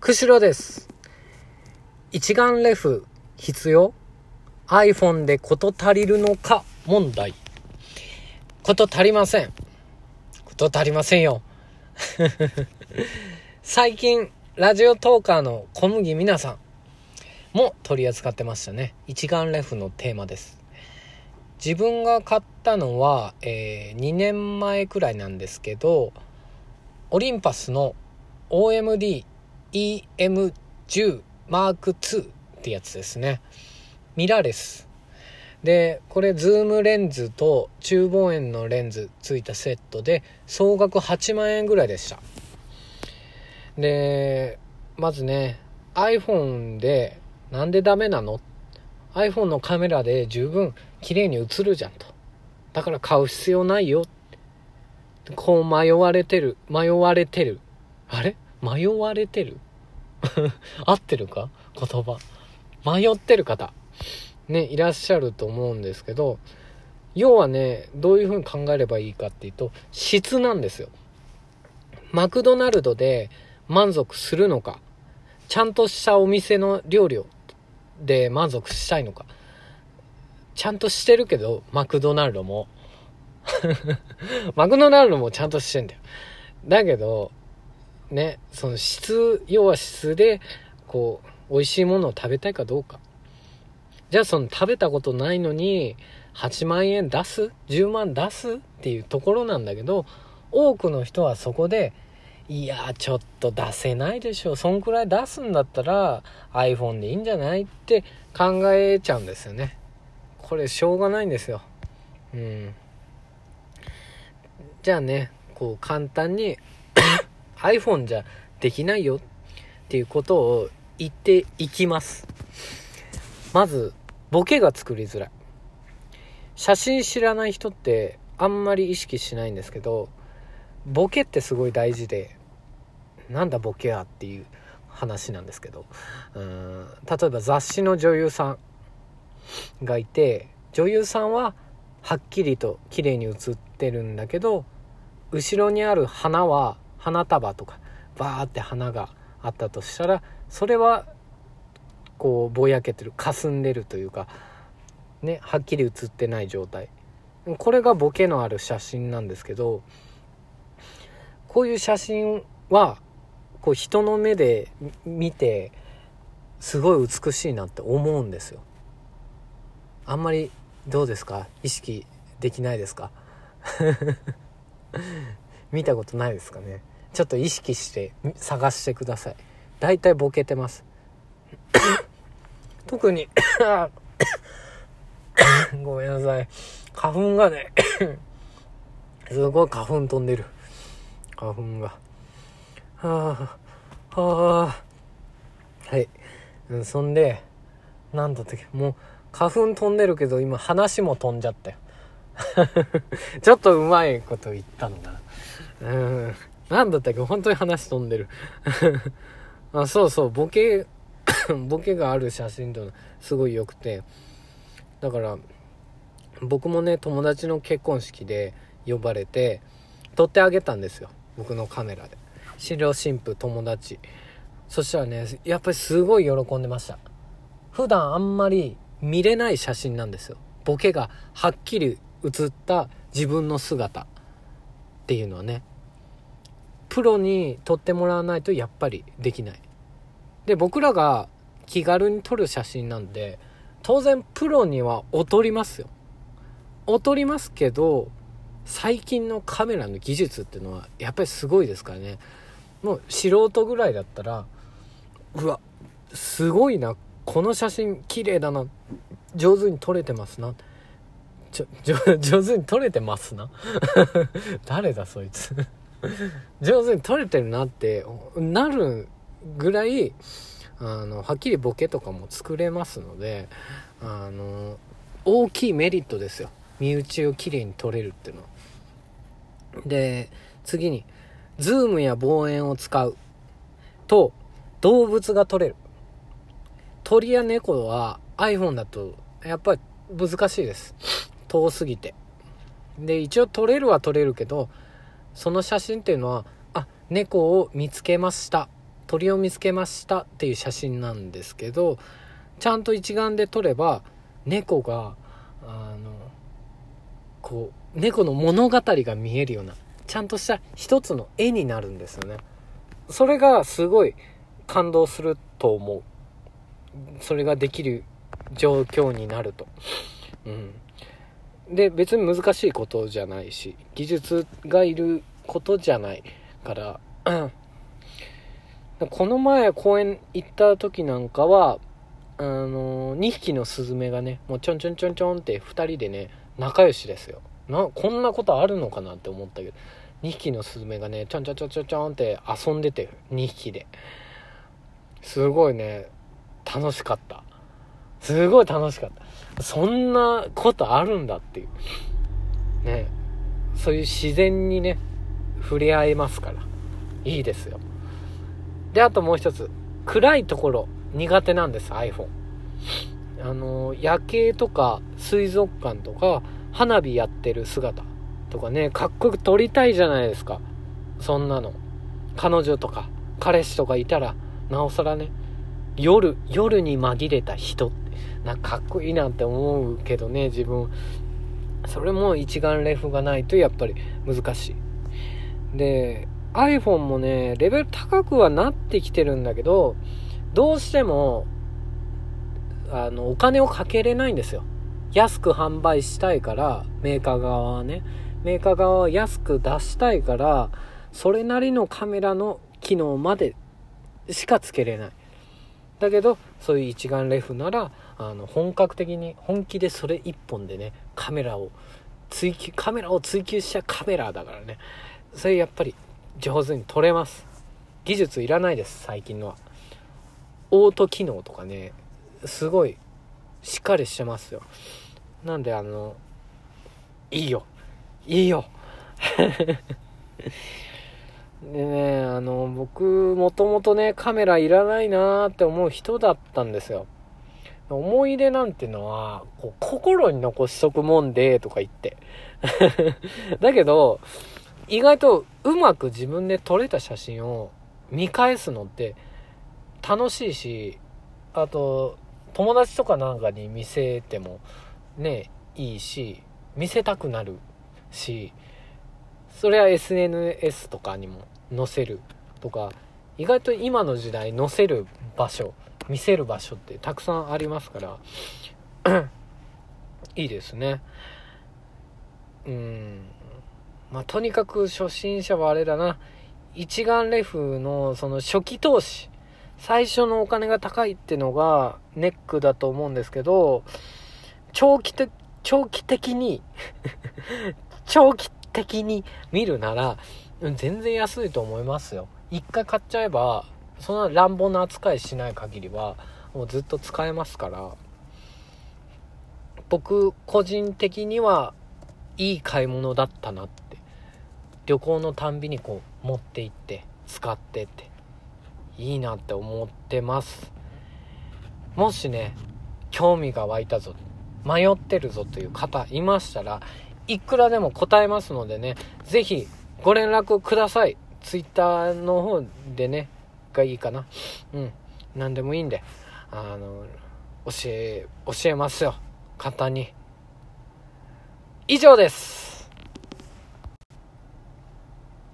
釧路です。一眼レフ必要？ iPhone で事足りるのか問題。事足りません。事足りませんよ。最近ラジオトーカーの小麦皆さんも取り扱ってましたね。一眼レフのテーマです。自分が買ったのは、2年前くらいなんですけど、オリンパスの OMD EM10 Mark II ってやつですね。ミラーレスで、これズームレンズと中望遠のレンズついたセットで総額8万円ぐらいでした。で、まずね、 iPhone でなんでダメなの？ iPhone のカメラで十分綺麗に映るじゃんと。だから買う必要ないよ。こう迷われてる。あれ？迷われてる合ってるか？言葉。迷ってる方ね、いらっしゃると思うんですけど、要はね、どういうふうに考えればいいかっていうと、質なんですよ。マクドナルドで満足するのか、ちゃんとしたお店の料理で満足したいのか。ちゃんとしてるけど、マクドナルドもマクドナルドもちゃんとしてんだよ。だけどね、その要は質でこう美味しいものを食べたいかどうか。じゃあその食べたことないのに8万円出す10万出すっていうところなんだけど、多くの人はそこで、いやちょっと出せないでしょ、そんくらい出すんだったら iPhone でいいんじゃないって考えちゃうんですよね。これしょうがないんですよ。じゃあね、こう簡単にiPhone じゃできないよっていうことを言っていきます。まずボケが作りづらい。写真知らない人ってあんまり意識しないんですけど、ボケってすごい大事で、なんだボケやっていう話なんですけど、例えば雑誌の女優さんがいて、女優さんははっきりと綺麗に写ってるんだけど、後ろにある花は花束とかバーって花があったとしたら、それはこうぼやけてる、霞んでるというかね、はっきり写ってない状態。これがボケのある写真なんですけど、こういう写真はこう人の目で見てすごい美しいなって思うんですよ。あんまりどうですか？意識できないですか？見たことないですかね。ちょっと意識して探してください。だいたいボケてます特にごめんなさい、花粉がねすごい花粉飛んでる。花粉がはい、そんでなんだったっけ、もう花粉飛んでるけど今話も飛んじゃったよちょっとうまいこと言ったのかな。なんだったっけ、本当に話飛んでるそうそう、ボケがある写真というのはすごい良くて、だから僕もね、友達の結婚式で呼ばれて撮ってあげたんですよ、僕のカメラで。新郎新婦友達。そしたらね、やっぱりすごい喜んでました。普段あんまり見れない写真なんですよ。ボケがはっきり写った自分の姿っていうのはね、プロに撮ってもらわないとやっぱりできない。で、僕らが気軽に撮る写真なんで、当然プロには劣りますよ。劣りますけど、最近のカメラの技術っていうのはやっぱりすごいですからね。もう素人ぐらいだったら、うわすごいな、この写真綺麗だな、上手に撮れてますな、上手に撮れてますな誰だそいつ上手に撮れてるなってなるぐらい、はっきりボケとかも作れますので、大きいメリットですよ、身内を綺麗に撮れるっていうので。次にズームや望遠を使うと動物が撮れる。鳥や猫は iPhone だとやっぱり難しいです、遠すぎて。で、一応撮れるけど、その写真っていうのは、猫を見つけました鳥を見つけましたっていう写真なんですけど、ちゃんと一眼で撮れば猫がこう猫の物語が見えるようなちゃんとした一つの絵になるんですよね。それがすごい感動すると思う。それができる状況になると、で別に難しいことじゃないし技術がいることじゃないから、この前公園行った時なんかは2匹のスズメがねもうちょんちょんちょんちょんって2人でね仲良しですよ。こんなことあるのかなって思ったけど、2匹のスズメがねちょんちょんちょんちょんちょんって遊んでて、2匹ですごいね楽しかった。すごい楽しかった。そんなことあるんだっていうね、そういう自然にね触れ合えますからいいですよ。であともう一つ、暗いところ苦手なんです iPhone。夜景とか水族館とか花火やってる姿とかねかっこよく撮りたいじゃないですか。そんなの彼女とか彼氏とかいたらなおさらね、夜に紛れた人ってかっこいいなって思うけどね、自分それも一眼レフがないとやっぱり難しい。で iPhone もねレベル高くはなってきてるんだけど、どうしてもお金をかけれないんですよ。安く販売したいから、メーカー側は安く出したいから、それなりのカメラの機能までしかつけれない。だけどそういう一眼レフなら本格的に本気でそれ一本でねカメラを追求したカメラだからね、それやっぱり上手に撮れます。技術いらないです。最近のはオート機能とかねすごいしっかりしてますよ。なんでいいよでね僕もともとねカメラいらないなーって思う人だったんですよ。思い出なんてのはこう心に残しとくもんでとか言ってだけど意外とうまく自分で撮れた写真を見返すのって楽しいし、あと友達とかなんかに見せてもねいいし、見せたくなるし、それは SNS とかにも載せるとか、意外と今の時代載せる場所見せる場所ってたくさんありますからいいですね。とにかく初心者はあれだな、一眼レフのその初期投資、最初のお金が高いってのがネックだと思うんですけど、長期的に見るなら全然安いと思いますよ。一回買っちゃえばそんな乱暴な扱いしない限りはもうずっと使えますから、僕個人的にはいい買い物だったなって、旅行のたんびにこう持って行って使ってっていいなって思ってます。もしね興味が湧いたぞ、迷ってるぞという方いましたらいくらでも答えますのでね、ぜひご連絡ください。ツイッターの方でねがいいかな、何でもいいんで教えますよ簡単に。以上です。